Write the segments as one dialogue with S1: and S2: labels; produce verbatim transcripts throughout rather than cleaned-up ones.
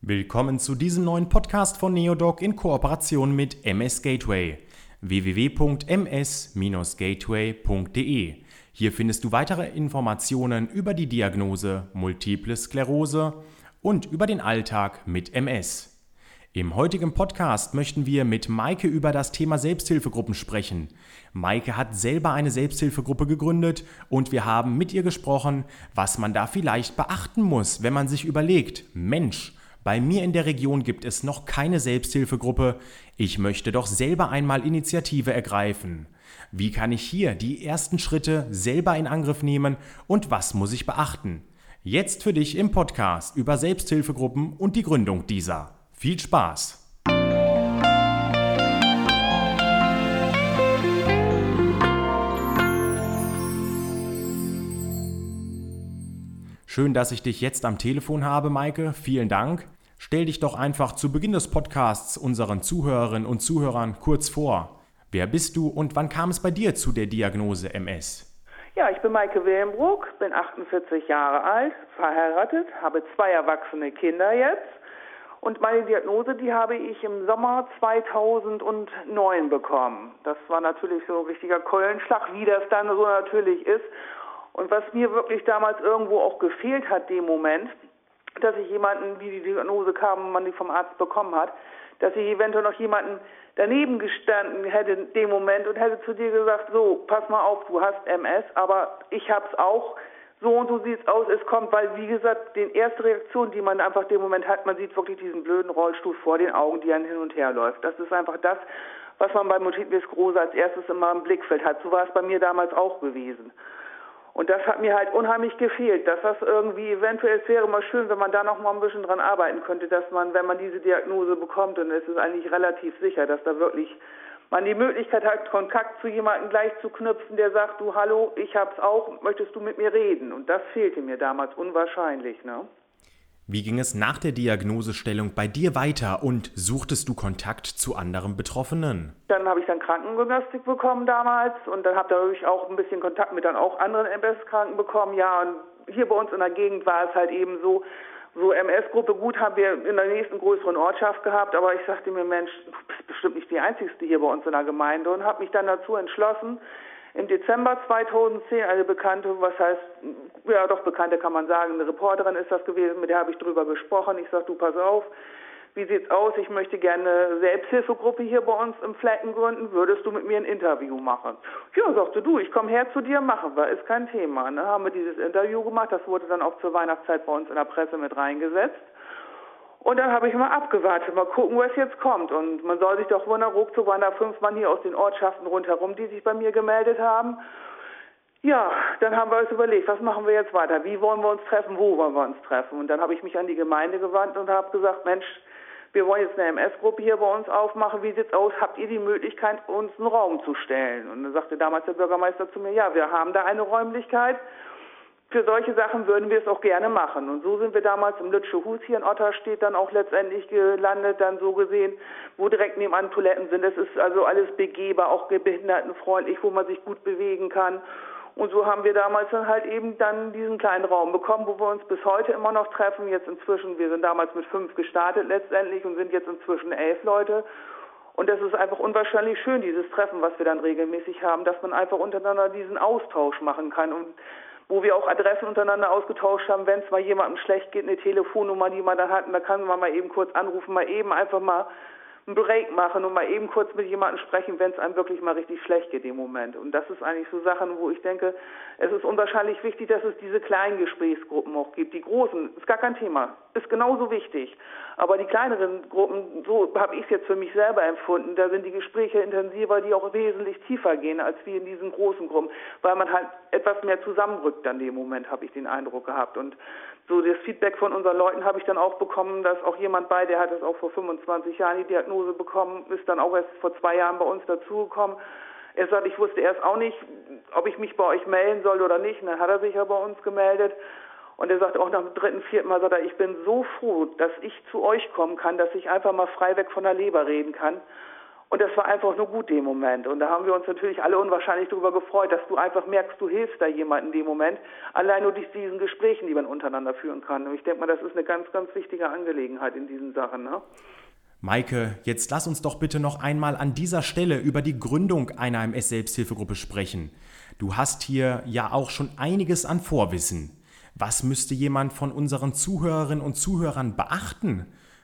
S1: Willkommen zu diesem neuen Podcast von Neodoc in Kooperation mit M S Gateway. w w w punkt m s Bindestrich gateway punkt d e. Hier findest du weitere Informationen über die Diagnose Multiple Sklerose und über den Alltag mit M S. Im heutigen Podcast möchten wir mit Maike über das Thema Selbsthilfegruppen sprechen. Maike hat selber eine Selbsthilfegruppe gegründet und wir haben mit ihr gesprochen, was man da vielleicht beachten muss, wenn man sich überlegt, Mensch, bei mir in der Region gibt es noch keine Selbsthilfegruppe, ich möchte doch selber einmal Initiative ergreifen. Wie kann ich hier die ersten Schritte selber in Angriff nehmen und was muss ich beachten? Jetzt für dich im Podcast über Selbsthilfegruppen und die Gründung dieser. Viel Spaß! Schön, dass ich dich jetzt am Telefon habe, Maike. Vielen Dank. Stell dich doch einfach zu Beginn des Podcasts unseren Zuhörerinnen und Zuhörern kurz vor. Wer bist du und wann kam es bei dir zu der Diagnose M S?
S2: Ja, ich bin Maike Willenbruch, bin achtundvierzig Jahre alt, verheiratet, habe zwei erwachsene Kinder jetzt. Und meine Diagnose, die habe ich im Sommer zweitausendneun bekommen. Das war natürlich so ein richtiger Keulenschlag, wie das dann so natürlich ist. Und was mir wirklich damals irgendwo auch gefehlt hat, dem Moment, dass ich jemanden, wie die Diagnose kam und man die vom Arzt bekommen hat, dass ich eventuell noch jemanden daneben gestanden hätte in dem Moment und hätte zu dir gesagt, so, pass mal auf, du hast M S, aber ich hab's auch. So und so sieht's aus, es kommt, weil wie gesagt, die erste Reaktion, die man einfach in dem Moment hat, man sieht wirklich diesen blöden Rollstuhl vor den Augen, die einem hin und her läuft. Das ist einfach das, was man bei Multiple Sklerose als erstes immer im Blickfeld hat. So war es bei mir damals auch gewesen. Und das hat mir halt unheimlich gefehlt, dass das irgendwie eventuell, es wäre mal schön, wenn man da noch mal ein bisschen dran arbeiten könnte, dass man, wenn man diese Diagnose bekommt, und es ist eigentlich relativ sicher, dass da wirklich man die Möglichkeit hat, Kontakt zu jemandem gleich zu knüpfen, der sagt, du, hallo, ich hab's auch, möchtest du mit mir reden? Und das fehlte mir damals unwahrscheinlich, ne?
S1: Wie ging es nach der Diagnosestellung bei dir weiter und suchtest du Kontakt zu anderen Betroffenen?
S2: Dann habe ich dann Krankengymnastik bekommen damals und dann habe ich auch ein bisschen Kontakt mit dann auch anderen M S-Kranken bekommen. Ja, und hier bei uns in der Gegend war es halt eben so, so M S-Gruppe, gut, haben wir in der nächsten größeren Ortschaft gehabt, aber ich sagte mir, Mensch, du bist bestimmt nicht die Einzigste hier bei uns in der Gemeinde und habe mich dann dazu entschlossen, im Dezember zweitausendzehn eine Bekannte, was heißt, ja doch Bekannte kann man sagen, eine Reporterin ist das gewesen, mit der habe ich drüber gesprochen. Ich sag, du, pass auf, wie sieht's aus? Ich möchte gerne eine Selbsthilfegruppe hier bei uns im Flecken gründen. Würdest du mit mir ein Interview machen? Ja, sagte du, ich komme her zu dir, machen wir, ist kein Thema. Dann haben wir dieses Interview gemacht, das wurde dann auch zur Weihnachtszeit bei uns in der Presse mit reingesetzt. Und dann habe ich mal abgewartet, mal gucken, wo es jetzt kommt. Und man soll sich doch wundern, ruckzuck waren da fünf Mann hier aus den Ortschaften rundherum, die sich bei mir gemeldet haben. Ja, dann haben wir uns überlegt, was machen wir jetzt weiter? Wie wollen wir uns treffen? Wo wollen wir uns treffen? Und dann habe ich mich an die Gemeinde gewandt und habe gesagt, Mensch, wir wollen jetzt eine M S-Gruppe hier bei uns aufmachen. Wie sieht's aus? Habt ihr die Möglichkeit, uns einen Raum zu stellen? Und dann sagte damals der Bürgermeister zu mir, ja, wir haben da eine Räumlichkeit. Für solche Sachen würden wir es auch gerne machen. Und so sind wir damals im Lütsche Hus hier in Otterstedt dann auch letztendlich gelandet, dann so gesehen, wo direkt nebenan Toiletten sind. Es ist also alles begehbar, auch behindertenfreundlich, wo man sich gut bewegen kann. Und so haben wir damals dann halt eben dann diesen kleinen Raum bekommen, wo wir uns bis heute immer noch treffen. Jetzt inzwischen, wir sind damals mit fünf gestartet letztendlich und sind jetzt inzwischen elf Leute. Und das ist einfach unwahrscheinlich schön, dieses Treffen, was wir dann regelmäßig haben, dass man einfach untereinander diesen Austausch machen kann und wo wir auch Adressen untereinander ausgetauscht haben, wenn es mal jemandem schlecht geht, eine Telefonnummer, die man dann hat, und da kann man mal eben kurz anrufen, mal eben einfach mal einen Break machen und mal eben kurz mit jemandem sprechen, wenn es einem wirklich mal richtig schlecht geht im Moment. Und das ist eigentlich so Sachen, wo ich denke, es ist unwahrscheinlich wichtig, dass es diese kleinen Gesprächsgruppen auch gibt. Die großen, ist gar kein Thema, ist genauso wichtig. Aber die kleineren Gruppen, so habe ich es jetzt für mich selber empfunden, da sind die Gespräche intensiver, die auch wesentlich tiefer gehen als wie in diesen großen Gruppen, weil man halt etwas mehr zusammenrückt an dem Moment, habe ich den Eindruck gehabt. Und so das Feedback von unseren Leuten habe ich dann auch bekommen, dass auch jemand bei, der hat es auch vor fünfundzwanzig Jahren die Diagnose bekommen, ist dann auch erst vor zwei Jahren bei uns dazugekommen. Er sagt, ich wusste erst auch nicht, ob ich mich bei euch melden soll oder nicht. Und dann hat er sich ja bei uns gemeldet. Und er sagt auch nach dem dritten, vierten Mal, sagt er, ich bin so froh, dass ich zu euch kommen kann, dass ich einfach mal frei weg von der Leber reden kann. Und das war einfach nur gut in dem Moment. Und da haben wir uns natürlich alle unwahrscheinlich darüber gefreut, dass du einfach merkst, du hilfst da jemandem in dem Moment. Allein nur durch diesen Gesprächen, die man untereinander führen kann. Und ich denke mal, das ist eine ganz, ganz wichtige Angelegenheit in diesen Sachen, ne?
S1: Maike, jetzt lass uns doch bitte noch einmal an dieser Stelle über die Gründung einer M S-Selbsthilfegruppe sprechen. Du hast hier ja auch schon einiges an Vorwissen. Was müsste jemand von unseren Zuhörerinnen und Zuhörern beachten,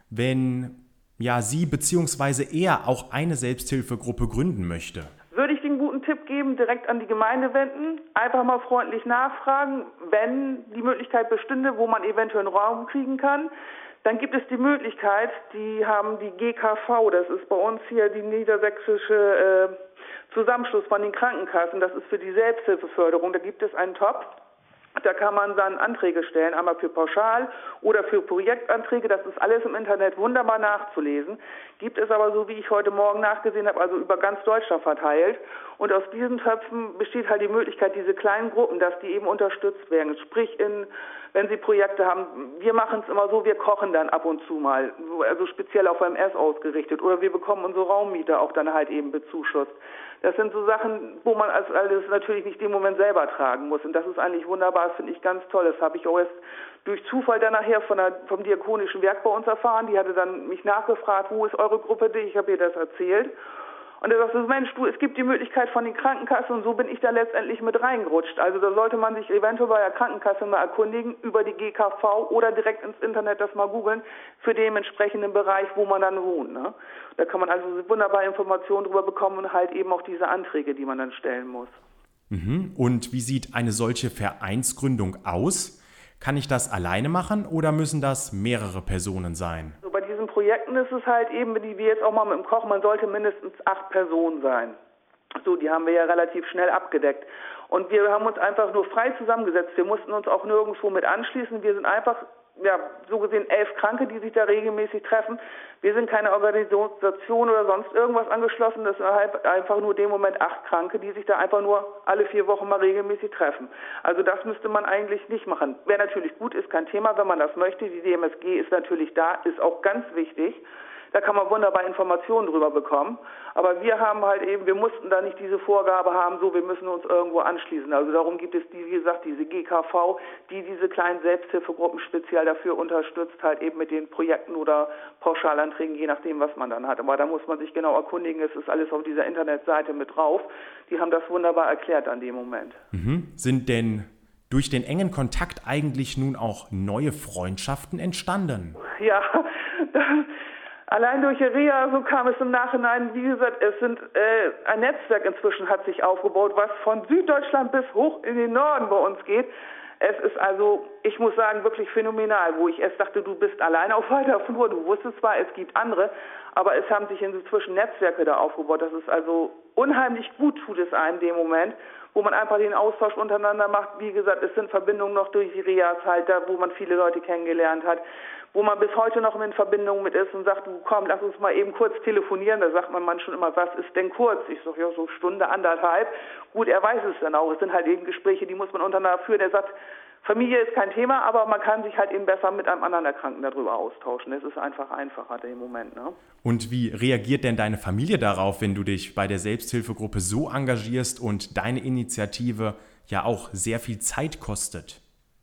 S1: wenn ja sie bzw. er auch eine Selbsthilfegruppe gründen möchte?
S2: Würde ich den guten Tipp geben, direkt an die Gemeinde wenden, einfach mal freundlich nachfragen, wenn die Möglichkeit bestünde, wo man eventuell einen Raum kriegen kann. Dann gibt es die Möglichkeit, die haben die G K V, das ist bei uns hier die niedersächsische äh, Zusammenschluss von den Krankenkassen, das ist für die Selbsthilfeförderung, da gibt es einen Topf. Da kann man dann Anträge stellen, einmal für Pauschal- oder für Projektanträge. Das ist alles im Internet wunderbar nachzulesen. Gibt es aber, so wie ich heute Morgen nachgesehen habe, also über ganz Deutschland verteilt. Und aus diesen Töpfen besteht halt die Möglichkeit, diese kleinen Gruppen, dass die eben unterstützt werden. Sprich, in, wenn sie Projekte haben, wir machen es immer so, wir kochen dann ab und zu mal, also speziell auf M S ausgerichtet. Oder wir bekommen unsere Raummiete auch dann halt eben bezuschusst. Das sind so Sachen, wo man als alles natürlich nicht den Moment selber tragen muss. Und das ist eigentlich wunderbar, das finde ich ganz toll. Das habe ich auch erst durch Zufall dann nachher von der, vom Diakonischen Werk bei uns erfahren. Die hatte dann mich nachgefragt, wo ist eure Gruppe? Ich habe ihr das erzählt. Und er sagte, Mensch, du, es gibt die Möglichkeit von den Krankenkassen und so bin ich da letztendlich mit reingerutscht. Also da sollte man sich eventuell bei der Krankenkasse mal erkundigen über die G K V oder direkt ins Internet das mal googeln für den entsprechenden Bereich, wo man dann wohnt. Ne? Da kann man also wunderbar Informationen drüber bekommen und halt eben auch diese Anträge, die man dann stellen muss.
S1: Mhm. Und wie sieht eine solche Vereinsgründung aus? Kann ich das alleine machen oder müssen das mehrere Personen sein?
S2: So, bei diesen Projekten ist es halt eben, die wir jetzt auch mal mit dem Kochen, man sollte mindestens acht Personen sein. So, die haben wir ja relativ schnell abgedeckt. Und wir haben uns einfach nur frei zusammengesetzt. Wir mussten uns auch nirgendwo mit anschließen. Wir sind einfach, ja, so gesehen elf Kranke, die sich da regelmäßig treffen. Wir sind keine Organisation oder sonst irgendwas angeschlossen. Das sind halt einfach nur in dem Moment acht Kranke, die sich da einfach nur alle vier Wochen mal regelmäßig treffen. Also das müsste man eigentlich nicht machen. Wäre natürlich gut, ist kein Thema, wenn man das möchte. Die D M S G ist natürlich da, ist auch ganz wichtig. Da kann man wunderbar Informationen drüber bekommen. Aber wir haben halt eben, wir mussten da nicht diese Vorgabe haben, so wir müssen uns irgendwo anschließen. Also darum gibt es, die, wie gesagt, diese G K V, die diese kleinen Selbsthilfegruppen speziell dafür unterstützt, halt eben mit den Projekten oder Pauschalanträgen, je nachdem, was man dann hat. Aber da muss man sich genau erkundigen, es ist alles auf dieser Internetseite mit drauf. Die haben das wunderbar erklärt an dem Moment.
S1: Mhm. Sind denn durch den engen Kontakt eigentlich nun auch neue Freundschaften entstanden?
S2: Ja, das... Allein durch Rea, so kam es im Nachhinein, wie gesagt, es sind äh, ein Netzwerk inzwischen hat sich aufgebaut, was von Süddeutschland bis hoch in den Norden bei uns geht. Es ist also, ich muss sagen, wirklich phänomenal, wo ich erst dachte, du bist alleine auf weiter Flur. Du wusstest zwar, es gibt andere, aber es haben sich inzwischen Netzwerke da aufgebaut. Das ist also unheimlich gut, tut es einem in dem Moment, wo man einfach den Austausch untereinander macht. Wie gesagt, es sind Verbindungen noch durch die Reas halt da, wo man viele Leute kennengelernt hat, wo man bis heute noch in Verbindung mit ist und sagt, du komm, lass uns mal eben kurz telefonieren. Da sagt man man schon immer, was ist denn kurz? Ich sage, ja, so Stunde, anderthalb. Gut, er weiß es dann auch. Es sind halt eben Gespräche, die muss man untereinander führen. Er sagt, Familie ist kein Thema, aber man kann sich halt eben besser mit einem anderen Erkrankten darüber austauschen. Es ist einfach einfacher im Moment. Ne?
S1: Und wie reagiert denn deine Familie darauf, wenn du dich bei der Selbsthilfegruppe so engagierst und deine Initiative ja auch sehr viel Zeit kostet?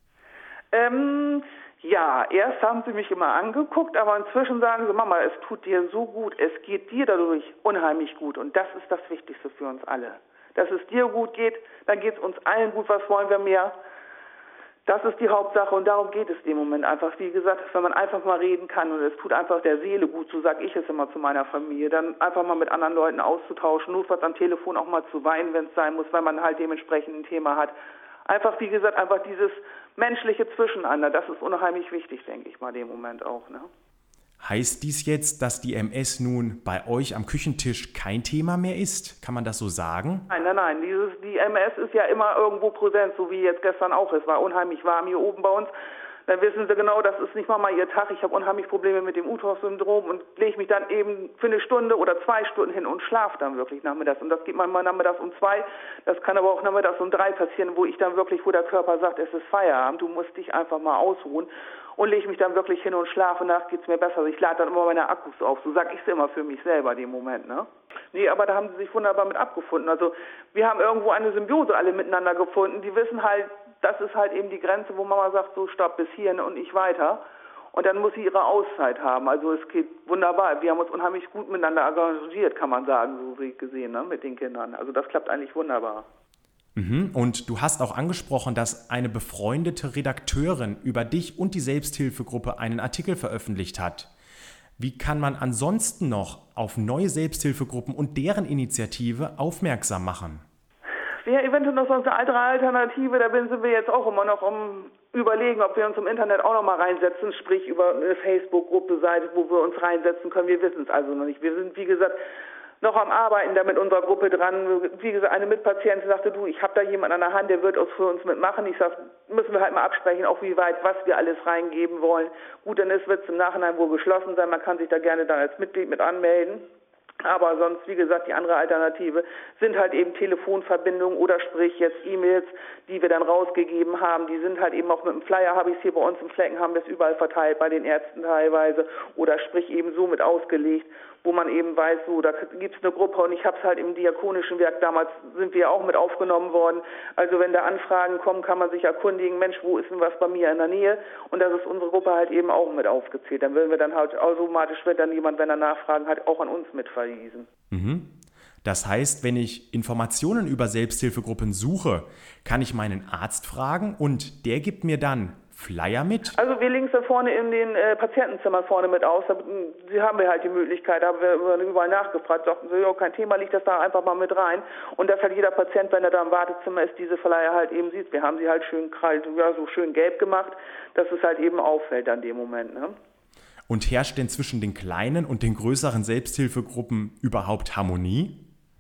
S2: Ähm... Ja, erst haben sie mich immer angeguckt, aber inzwischen sagen sie, Mama, es tut dir so gut, es geht dir dadurch unheimlich gut und das ist das Wichtigste für uns alle. Dass es dir gut geht, dann geht es uns allen gut, was wollen wir mehr? Das ist die Hauptsache und darum geht es im Moment einfach. Wie gesagt, wenn man einfach mal reden kann und es tut einfach der Seele gut, so sage ich es immer zu meiner Familie, dann einfach mal mit anderen Leuten auszutauschen, notfalls am Telefon auch mal zu weinen, wenn es sein muss, weil man halt dementsprechend ein Thema hat. Einfach, wie gesagt, einfach dieses menschliche Zwischeneinander, das ist unheimlich wichtig, denke ich mal, im Moment auch. Ne?
S1: Heißt dies jetzt, dass die M S nun bei euch am Küchentisch kein Thema mehr ist? Kann man das so sagen?
S2: Nein, nein, nein. Dieses, die M S ist ja immer irgendwo präsent, so wie jetzt gestern auch. Es war unheimlich warm hier oben bei uns. Dann wissen sie genau, das ist nicht mal mal ihr Tag. Ich habe unheimlich Probleme mit dem U T O S-Syndrom und lege mich dann eben für eine Stunde oder zwei Stunden hin und schlafe dann wirklich nachmittags. Und das geht manchmal nachmittags um zwei. Das kann aber auch nachmittags um drei passieren, wo ich dann wirklich, wo der Körper sagt, es ist Feierabend, du musst dich einfach mal ausruhen. Und lege mich dann wirklich hin und schlafe. Nach geht es mir besser. Ich lade dann immer meine Akkus auf. So sage ich es immer für mich selber, den Moment. Ne? Nee, aber da haben sie sich wunderbar mit abgefunden. Also wir haben irgendwo eine Symbiose alle miteinander gefunden. Die wissen halt, das ist halt eben die Grenze, wo Mama sagt, so stopp bis hierhin und nicht weiter. Und dann muss sie ihre Auszeit haben. Also es geht wunderbar. Wir haben uns unheimlich gut miteinander engagiert, kann man sagen, so wie gesehen, ne, mit den Kindern. Also das klappt eigentlich wunderbar.
S1: Mhm. Und du hast auch angesprochen, dass eine befreundete Redakteurin über dich und die Selbsthilfegruppe einen Artikel veröffentlicht hat. Wie kann man ansonsten noch auf neue Selbsthilfegruppen und deren Initiative aufmerksam machen?
S2: Wäre eventuell noch sonst eine andere Alternative, da sind wir jetzt auch immer noch um überlegen, ob wir uns im Internet auch noch mal reinsetzen, sprich über eine Facebook-Gruppe, Seite, wo wir uns reinsetzen können. Wir wissen es also noch nicht. Wir sind, wie gesagt, noch am Arbeiten da mit unserer Gruppe dran. Wie gesagt, eine Mitpatientin sagte, du, ich habe da jemanden an der Hand, der wird es für uns mitmachen. Ich sage, müssen wir halt mal absprechen, auch wie weit, was wir alles reingeben wollen. Gut, dann wird es im Nachhinein wohl geschlossen sein. Man kann sich da gerne dann als Mitglied mit anmelden. Aber sonst, wie gesagt, die andere Alternative sind halt eben Telefonverbindungen oder sprich jetzt E-Mails, die wir dann rausgegeben haben. Die sind halt eben auch mit dem Flyer, habe ich es hier bei uns im Flecken, haben wir es überall verteilt, bei den Ärzten teilweise. Oder sprich eben so mit ausgelegt, wo man eben weiß, so, da gibt es eine Gruppe und ich habe es halt im diakonischen Werk, damals sind wir auch mit aufgenommen worden. Also wenn da Anfragen kommen, kann man sich erkundigen, Mensch, wo ist denn was bei mir in der Nähe? Und das ist unsere Gruppe halt eben auch mit aufgezählt. Dann würden wir dann halt automatisch, wird dann jemand, wenn er Nachfragen hat, auch an uns mit verwiesen.
S1: Mhm. Das heißt, wenn ich Informationen über Selbsthilfegruppen suche, kann ich meinen Arzt fragen und der gibt mir dann Flyer mit?
S2: Also wir legen es da vorne in den äh, Patientenzimmern vorne mit aus. Da, sie haben wir halt die Möglichkeit, da haben wir überall nachgefragt, sagten sie, ja, kein Thema, liegt das da einfach mal mit rein. Und dass halt jeder Patient, wenn er da im Wartezimmer ist, diese Flyer halt eben sieht. Wir haben sie halt schön ja, so schön gelb gemacht, dass es halt eben auffällt an dem Moment. Ne?
S1: Und herrscht denn zwischen den kleinen und den größeren Selbsthilfegruppen überhaupt Harmonie?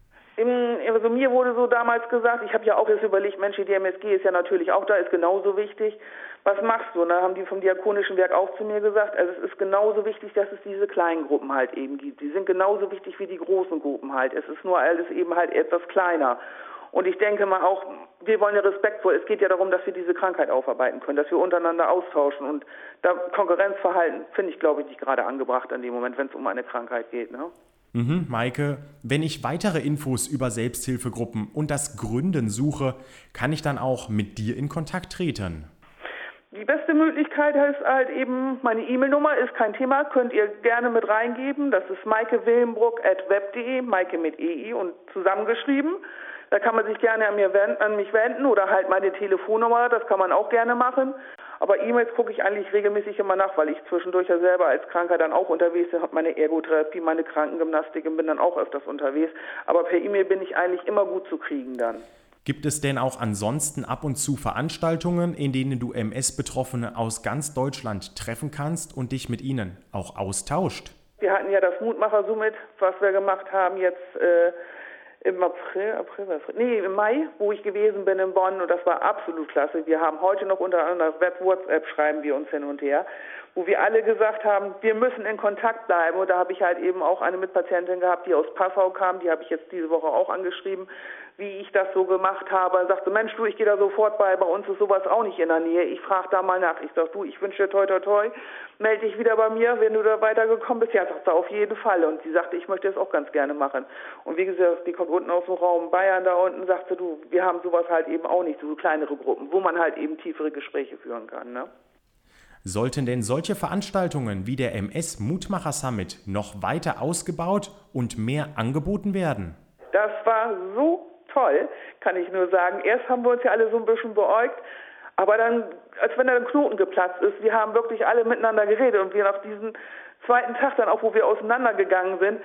S2: Also mir wurde so damals gesagt, ich habe ja auch jetzt überlegt, Mensch, die D M S G ist ja natürlich auch da, ist genauso wichtig. Was machst du? Und da haben die vom Diakonischen Werk auch zu mir gesagt, also es ist genauso wichtig, dass es diese kleinen Gruppen halt eben gibt. Die sind genauso wichtig wie die großen Gruppen halt. Es ist nur alles eben halt etwas kleiner. Und ich denke mal auch, wir wollen ja respektvoll, es geht ja darum, dass wir diese Krankheit aufarbeiten können, dass wir untereinander austauschen. Und da Konkurrenzverhalten finde ich, glaube ich, nicht gerade angebracht an dem Moment, wenn es um eine Krankheit geht, ne?
S1: Mhm, Maike, wenn ich weitere Infos über Selbsthilfegruppen und das Gründen suche, kann ich dann auch mit dir in Kontakt treten?
S2: Die beste Möglichkeit ist halt eben, meine E-Mail-Nummer ist kein Thema, könnt ihr gerne mit reingeben. Das ist maike willenbruck at web punkt de, Maike mit E I und zusammengeschrieben. Da kann man sich gerne an, mir wenden, an mich wenden oder halt meine Telefonnummer, das kann man auch gerne machen. Aber E-Mails gucke ich eigentlich regelmäßig immer nach, weil ich zwischendurch ja selber als Kranker dann auch unterwegs bin, habe meine Ergotherapie, meine Krankengymnastik und bin dann auch öfters unterwegs. Aber per E-Mail bin ich eigentlich immer gut zu kriegen dann.
S1: Gibt es denn auch ansonsten ab und zu Veranstaltungen, in denen du M S-Betroffene aus ganz Deutschland treffen kannst und dich mit ihnen auch austauscht?
S2: Wir hatten ja das Mutmacher-Summit, was wir gemacht haben jetzt äh, im April, April, April, nee, im Mai, wo ich gewesen bin in Bonn und das war absolut klasse. Wir haben heute noch unter anderem Web-WhatsApp schreiben wir uns hin und her, wo wir alle gesagt haben, wir müssen in Kontakt bleiben. Und da habe ich halt eben auch eine Mitpatientin gehabt, die aus Passau kam, die habe ich jetzt diese Woche auch angeschrieben, wie ich das so gemacht habe. Und sagte, Mensch, du, ich gehe da sofort bei, bei uns ist sowas auch nicht in der Nähe. Ich frage da mal nach. Ich sag, du, ich wünsche dir toi toi toi, melde dich wieder bei mir, wenn du da weitergekommen bist. Ja, sagt sie, auf jeden Fall. Und sie sagte, ich möchte das auch ganz gerne machen. Und wie gesagt, die kommt unten aus dem Raum Bayern da unten, sagte, du, wir haben sowas halt eben auch nicht, so kleinere Gruppen, wo man halt eben tiefere Gespräche führen kann, ne?
S1: Sollten denn solche Veranstaltungen wie der M S-Mutmacher Summit noch weiter ausgebaut und mehr angeboten werden?
S2: Das war so toll, kann ich nur sagen. Erst haben wir uns ja alle so ein bisschen beäugt, aber dann, als wenn da ein Knoten geplatzt ist, wir haben wirklich alle miteinander geredet und wir nach diesem zweiten Tag dann auch, wo wir auseinandergegangen sind,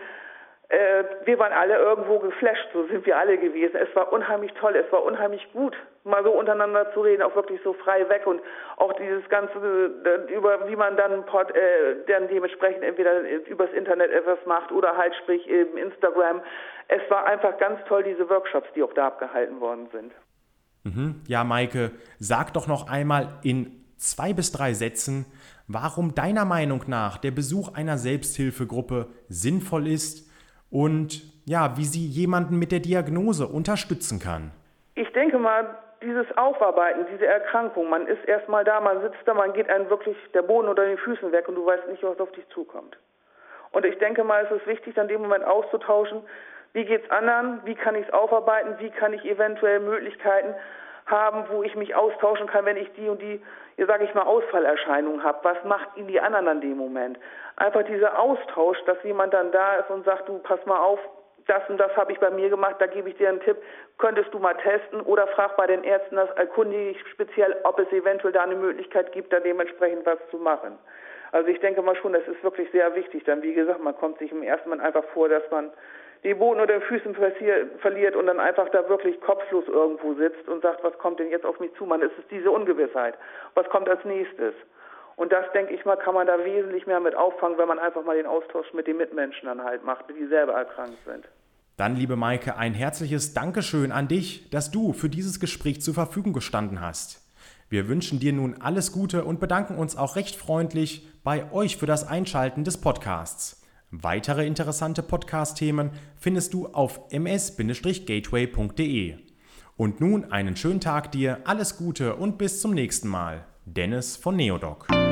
S2: äh, wir waren alle irgendwo geflasht, so sind wir alle gewesen. Es war unheimlich toll, es war unheimlich gut, mal so untereinander zu reden, auch wirklich so frei weg und auch dieses Ganze, äh, über wie man dann, Port, äh, dann dementsprechend entweder übers Internet etwas macht oder halt sprich eben Instagram. Es war einfach ganz toll, diese Workshops, die auch da abgehalten worden sind.
S1: Mhm. Ja, Maike, sag doch noch einmal in zwei bis drei Sätzen, warum deiner Meinung nach der Besuch einer Selbsthilfegruppe sinnvoll ist und ja, wie sie jemanden mit der Diagnose unterstützen kann.
S2: Ich denke mal, dieses Aufarbeiten, diese Erkrankung, man ist erstmal da, man sitzt da, man geht einem wirklich der Boden unter den Füßen weg und du weißt nicht, was auf dich zukommt. Und ich denke mal, es ist wichtig, dann in dem Moment auszutauschen, Wie geht's anderen? Wie kann ich es aufarbeiten? Wie kann ich eventuell Möglichkeiten haben, wo ich mich austauschen kann, wenn ich die und die, ja, sage ich mal, Ausfallerscheinungen habe? Was macht ihnen die anderen an dem Moment? Einfach dieser Austausch, dass jemand dann da ist und sagt, du, pass mal auf, das und das habe ich bei mir gemacht, da gebe ich dir einen Tipp, könntest du mal testen oder frag bei den Ärzten, das erkundige ich speziell, ob es eventuell da eine Möglichkeit gibt, da dementsprechend was zu machen. Also ich denke mal schon, das ist wirklich sehr wichtig. Dann, wie gesagt, man kommt sich im ersten Mal einfach vor, dass man die Boden unter den Füßen verliert und dann einfach da wirklich kopflos irgendwo sitzt und sagt, was kommt denn jetzt auf mich zu? Man, es ist diese Ungewissheit. Was kommt als nächstes? Und das, denke ich mal, kann man da wesentlich mehr mit auffangen, wenn man einfach mal den Austausch mit den Mitmenschen dann halt macht, die selber erkrankt sind.
S1: Dann, liebe Maike, ein herzliches Dankeschön an dich, dass du für dieses Gespräch zur Verfügung gestanden hast. Wir wünschen dir nun alles Gute und bedanken uns auch recht freundlich bei euch für das Einschalten des Podcasts. Weitere interessante Podcast-Themen findest du auf m s gateway punkt d e. Und nun einen schönen Tag dir, alles Gute und bis zum nächsten Mal. Dennis von Neodoc.